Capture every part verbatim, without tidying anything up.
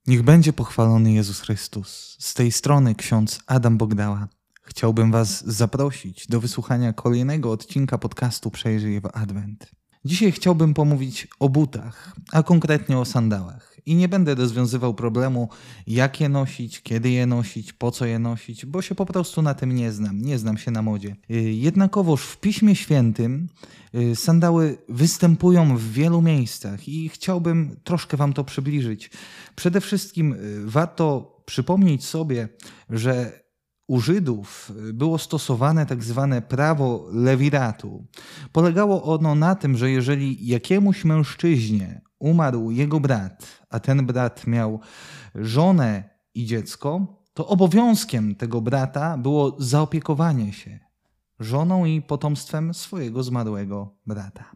Niech będzie pochwalony Jezus Chrystus. Z tej strony ksiądz Adam Bogdała. Chciałbym Was zaprosić do wysłuchania kolejnego odcinka podcastu Przejrzyj w Adwent. Dzisiaj chciałbym pomówić o butach, a konkretnie o sandałach. I nie będę rozwiązywał problemu, jak je nosić, kiedy je nosić, po co je nosić, bo się po prostu na tym nie znam, nie znam się na modzie. Jednakowoż w Piśmie Świętym sandały występują w wielu miejscach i chciałbym troszkę Wam to przybliżyć. Przede wszystkim warto przypomnieć sobie, że u Żydów było stosowane tak zwane prawo lewiratu. Polegało ono na tym, że jeżeli jakiemuś mężczyźnie umarł jego brat, a ten brat miał żonę i dziecko, to obowiązkiem tego brata było zaopiekowanie się żoną i potomstwem swojego zmarłego brata.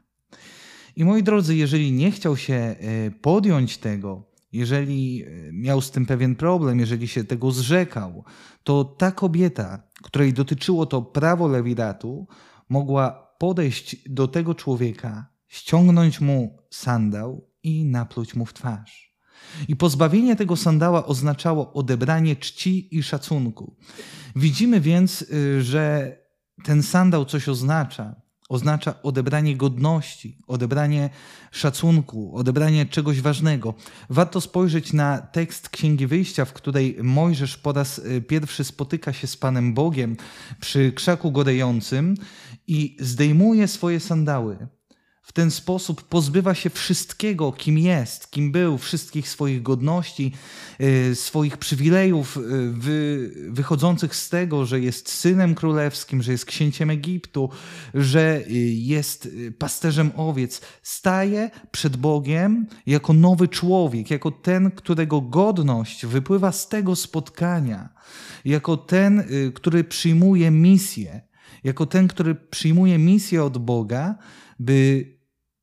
I moi drodzy, jeżeli nie chciał się podjąć tego, jeżeli miał z tym pewien problem, jeżeli się tego zrzekał, to ta kobieta, której dotyczyło to prawo lewiratu, mogła podejść do tego człowieka, ściągnąć mu sandał i napluć mu w twarz. I pozbawienie tego sandała oznaczało odebranie czci i szacunku. Widzimy więc, że ten sandał coś oznacza. Oznacza odebranie godności, odebranie szacunku, odebranie czegoś ważnego. Warto spojrzeć na tekst Księgi Wyjścia, w której Mojżesz po raz pierwszy spotyka się z Panem Bogiem przy krzaku gorejącym i zdejmuje swoje sandały. W ten sposób pozbywa się wszystkiego, kim jest, kim był, wszystkich swoich godności, swoich przywilejów wychodzących z tego, że jest synem królewskim, że jest księciem Egiptu, że jest pasterzem owiec. Staje przed Bogiem jako nowy człowiek, jako ten, którego godność wypływa z tego spotkania, jako ten, który przyjmuje misję, jako ten, który przyjmuje misję od Boga, by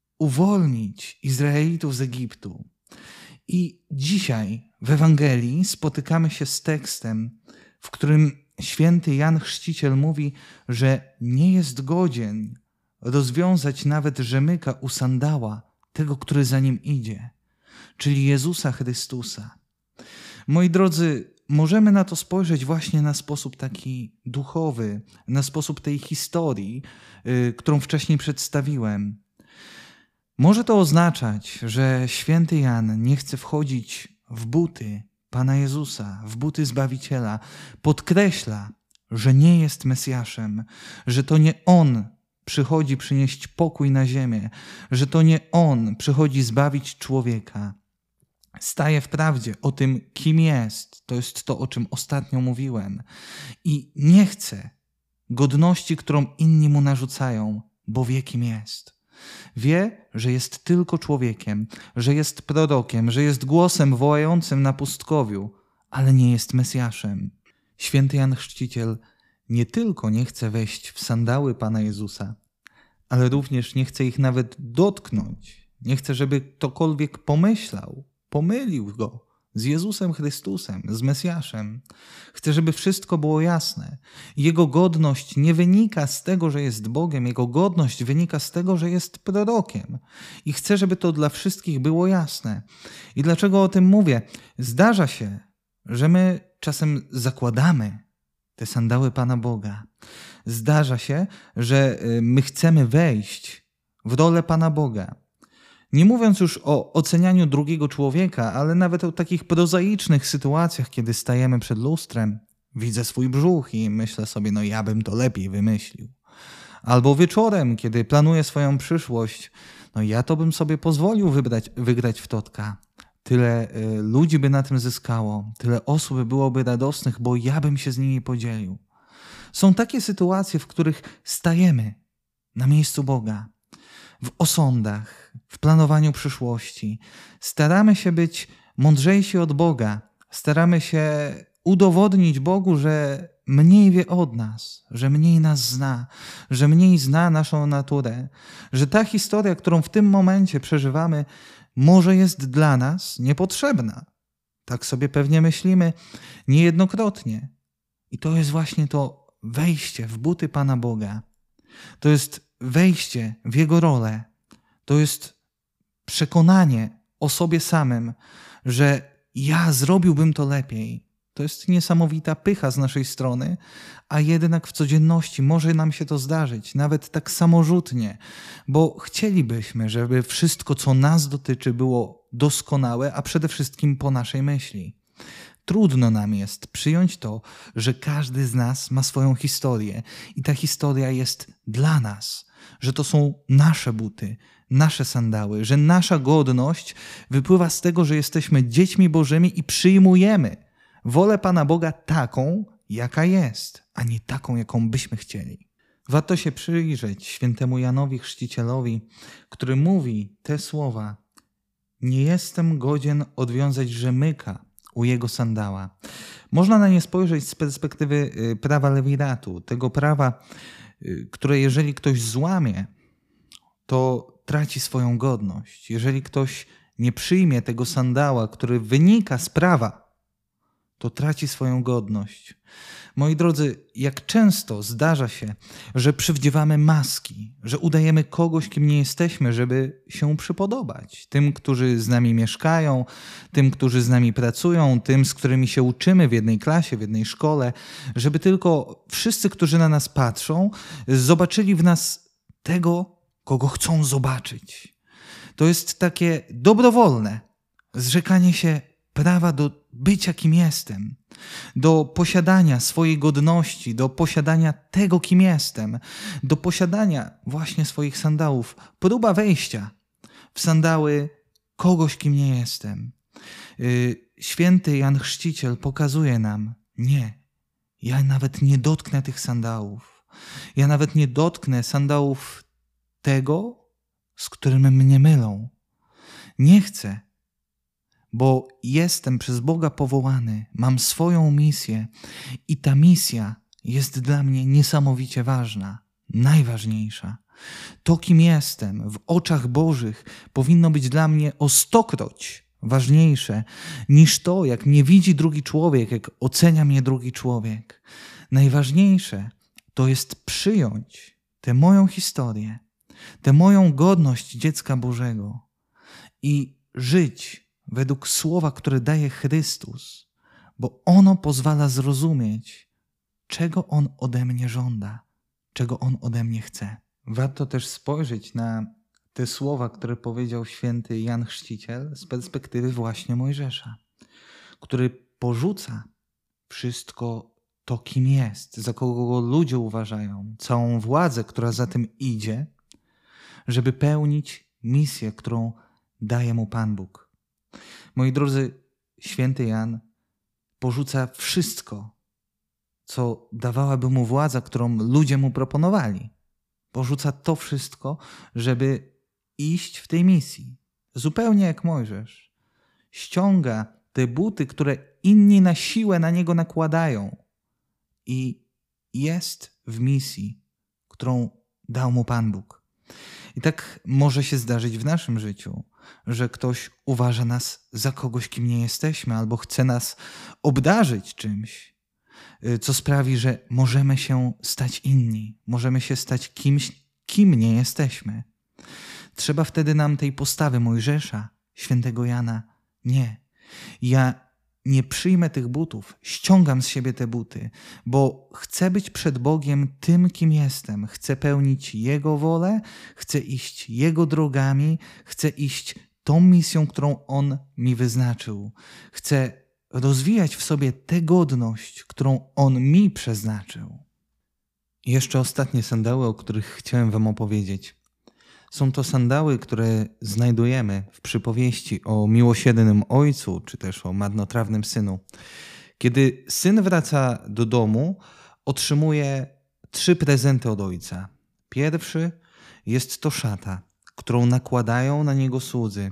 uwolnić Izraelitów z Egiptu. I dzisiaj w Ewangelii spotykamy się z tekstem, w którym święty Jan Chrzciciel mówi, że nie jest godzien rozwiązać nawet rzemyka u sandała tego, który za nim idzie, czyli Jezusa Chrystusa. Moi drodzy, możemy na to spojrzeć właśnie na sposób taki duchowy, na sposób tej historii, yy, którą wcześniej przedstawiłem. Może to oznaczać, że święty Jan nie chce wchodzić w buty Pana Jezusa, w buty Zbawiciela. Podkreśla, że nie jest Mesjaszem, że to nie On przychodzi przynieść pokój na ziemię, że to nie On przychodzi zbawić człowieka. Staje w prawdzie o tym, kim jest. To jest to, o czym ostatnio mówiłem. I nie chce godności, którą inni mu narzucają, bo wie, kim jest. Wie, że jest tylko człowiekiem, że jest prorokiem, że jest głosem wołającym na pustkowiu, ale nie jest Mesjaszem. Święty Jan Chrzciciel nie tylko nie chce wejść w sandały Pana Jezusa, ale również nie chce ich nawet dotknąć. Nie chce, żeby ktokolwiek pomyślał, pomylił go z Jezusem Chrystusem, z Mesjaszem. Chce, żeby wszystko było jasne. Jego godność nie wynika z tego, że jest Bogiem. Jego godność wynika z tego, że jest prorokiem. I chce, żeby to dla wszystkich było jasne. I dlaczego o tym mówię? Zdarza się, że my czasem zakładamy te sandały Pana Boga. Zdarza się, że my chcemy wejść w rolę Pana Boga. Nie mówiąc już o ocenianiu drugiego człowieka, ale nawet o takich prozaicznych sytuacjach, kiedy stajemy przed lustrem, widzę swój brzuch i myślę sobie, no ja bym to lepiej wymyślił. Albo wieczorem, kiedy planuję swoją przyszłość, no ja to bym sobie pozwolił wybrać, wygrać w totka. Tyle y, ludzi by na tym zyskało, tyle osób byłoby radosnych, bo ja bym się z nimi podzielił. Są takie sytuacje, w których stajemy na miejscu Boga. W osądach, w planowaniu przyszłości. Staramy się być mądrzejsi od Boga. Staramy się udowodnić Bogu, że mniej wie od nas, że mniej nas zna, że mniej zna naszą naturę, że ta historia, którą w tym momencie przeżywamy, może jest dla nas niepotrzebna. Tak sobie pewnie myślimy niejednokrotnie. I to jest właśnie to wejście w buty Pana Boga. To jest wejście w Jego rolę. To jest przekonanie o sobie samym, że ja zrobiłbym to lepiej. To jest niesamowita pycha z naszej strony, a jednak w codzienności może nam się to zdarzyć, nawet tak samorzutnie, bo chcielibyśmy, żeby wszystko, co nas dotyczy, było doskonałe, a przede wszystkim po naszej myśli. Trudno nam jest przyjąć to, że każdy z nas ma swoją historię i ta historia jest dla nas, że to są nasze buty, nasze sandały, że nasza godność wypływa z tego, że jesteśmy dziećmi Bożymi i przyjmujemy wolę Pana Boga taką, jaka jest, a nie taką, jaką byśmy chcieli. Warto się przyjrzeć świętemu Janowi Chrzcicielowi, który mówi te słowa: nie jestem godzien odwiązać rzemyka u jego sandała. Można na nie spojrzeć z perspektywy prawa lewiratu, tego prawa, które jeżeli ktoś złamie, to traci swoją godność. Jeżeli ktoś nie przyjmie tego sandała, który wynika z prawa, to traci swoją godność. Moi drodzy, jak często zdarza się, że przywdziewamy maski, że udajemy kogoś, kim nie jesteśmy, żeby się przypodobać. Tym, którzy z nami mieszkają, tym, którzy z nami pracują, tym, z którymi się uczymy w jednej klasie, w jednej szkole, żeby tylko wszyscy, którzy na nas patrzą, zobaczyli w nas tego, kogo chcą zobaczyć. To jest takie dobrowolne zrzekanie się prawa do bycia, kim jestem, do posiadania swojej godności, do posiadania tego, kim jestem, do posiadania właśnie swoich sandałów. Próba wejścia w sandały kogoś, kim nie jestem. Święty Jan Chrzciciel pokazuje nam: nie, ja nawet nie dotknę tych sandałów. Ja nawet nie dotknę sandałów tego, z którym mnie mylą. Nie chcę, bo jestem przez Boga powołany, mam swoją misję i ta misja jest dla mnie niesamowicie ważna, najważniejsza. To, kim jestem w oczach Bożych, powinno być dla mnie o stokroć ważniejsze niż to, jak mnie widzi drugi człowiek, jak ocenia mnie drugi człowiek. Najważniejsze to jest przyjąć tę moją historię, tę moją godność dziecka Bożego i żyć według słowa, które daje Chrystus, bo ono pozwala zrozumieć, czego On ode mnie żąda, czego On ode mnie chce. Warto też spojrzeć na te słowa, które powiedział święty Jan Chrzciciel z perspektywy właśnie Mojżesza, który porzuca wszystko to, kim jest, za kogo go ludzie uważają, całą władzę, która za tym idzie, żeby pełnić misję, którą daje mu Pan Bóg. Moi drodzy, święty Jan porzuca wszystko, co dawałaby mu władza, którą ludzie mu proponowali. Porzuca to wszystko, żeby iść w tej misji. Zupełnie jak Mojżesz. Ściąga te buty, które inni na siłę na niego nakładają i jest w misji, którą dał mu Pan Bóg. I tak może się zdarzyć w naszym życiu, że ktoś uważa nas za kogoś, kim nie jesteśmy, albo chce nas obdarzyć czymś, co sprawi, że możemy się stać inni, możemy się stać kimś, kim nie jesteśmy. Trzeba wtedy nam tej postawy Mojżesza, świętego Jana, nie. Ja nie przyjmę tych butów, ściągam z siebie te buty, bo chcę być przed Bogiem tym, kim jestem. Chcę pełnić Jego wolę, chcę iść Jego drogami, chcę iść tą misją, którą On mi wyznaczył. Chcę rozwijać w sobie tę godność, którą On mi przeznaczył. I jeszcze ostatnie sandały, o których chciałem wam opowiedzieć. Są to sandały, które znajdujemy w przypowieści o miłosiernym ojcu, czy też o marnotrawnym synu. Kiedy syn wraca do domu, otrzymuje trzy prezenty od ojca. Pierwszy jest to szata, którą nakładają na niego słudzy.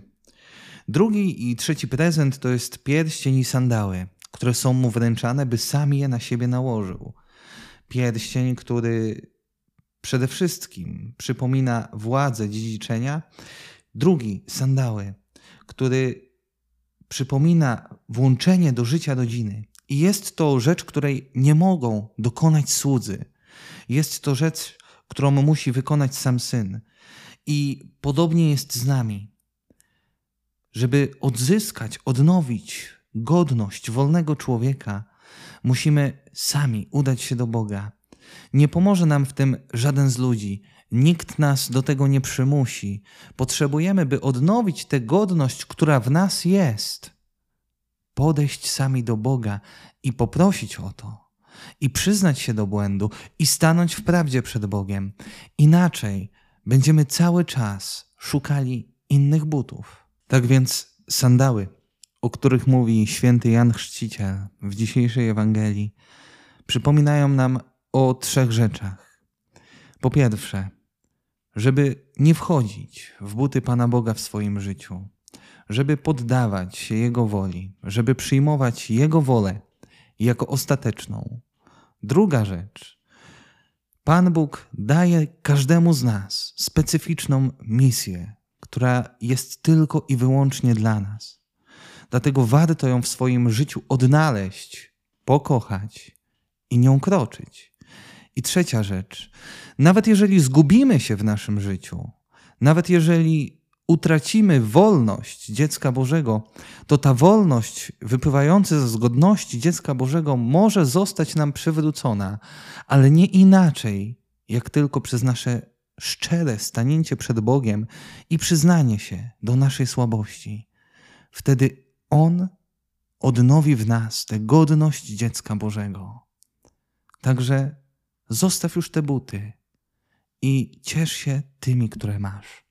Drugi i trzeci prezent to jest pierścień i sandały, które są mu wręczane, by sam je na siebie nałożył. Pierścień, który przede wszystkim przypomina władzę dziedziczenia. Drugi, sandały, który przypomina włączenie do życia rodziny. I jest to rzecz, której nie mogą dokonać słudzy. Jest to rzecz, którą musi wykonać sam syn. I podobnie jest z nami. Żeby odzyskać, odnowić godność wolnego człowieka, musimy sami udać się do Boga. Nie pomoże nam w tym żaden z ludzi. Nikt nas do tego nie przymusi. Potrzebujemy, by odnowić tę godność, która w nas jest, podejść sami do Boga i poprosić o to. I przyznać się do błędu i stanąć w prawdzie przed Bogiem. Inaczej będziemy cały czas szukali innych butów. Tak więc sandały, o których mówi święty Jan Chrzciciel w dzisiejszej Ewangelii, przypominają nam o trzech rzeczach. Po pierwsze, żeby nie wchodzić w buty Pana Boga w swoim życiu, żeby poddawać się Jego woli, żeby przyjmować Jego wolę jako ostateczną. Druga rzecz. Pan Bóg daje każdemu z nas specyficzną misję, która jest tylko i wyłącznie dla nas. Dlatego warto ją w swoim życiu odnaleźć, pokochać i nią kroczyć. I trzecia rzecz. Nawet jeżeli zgubimy się w naszym życiu, nawet jeżeli utracimy wolność dziecka Bożego, to ta wolność wypływająca ze zgodności dziecka Bożego może zostać nam przywrócona, ale nie inaczej, jak tylko przez nasze szczere stanięcie przed Bogiem i przyznanie się do naszej słabości. Wtedy On odnowi w nas tę godność dziecka Bożego. Także zostaw już te buty i ciesz się tymi, które masz.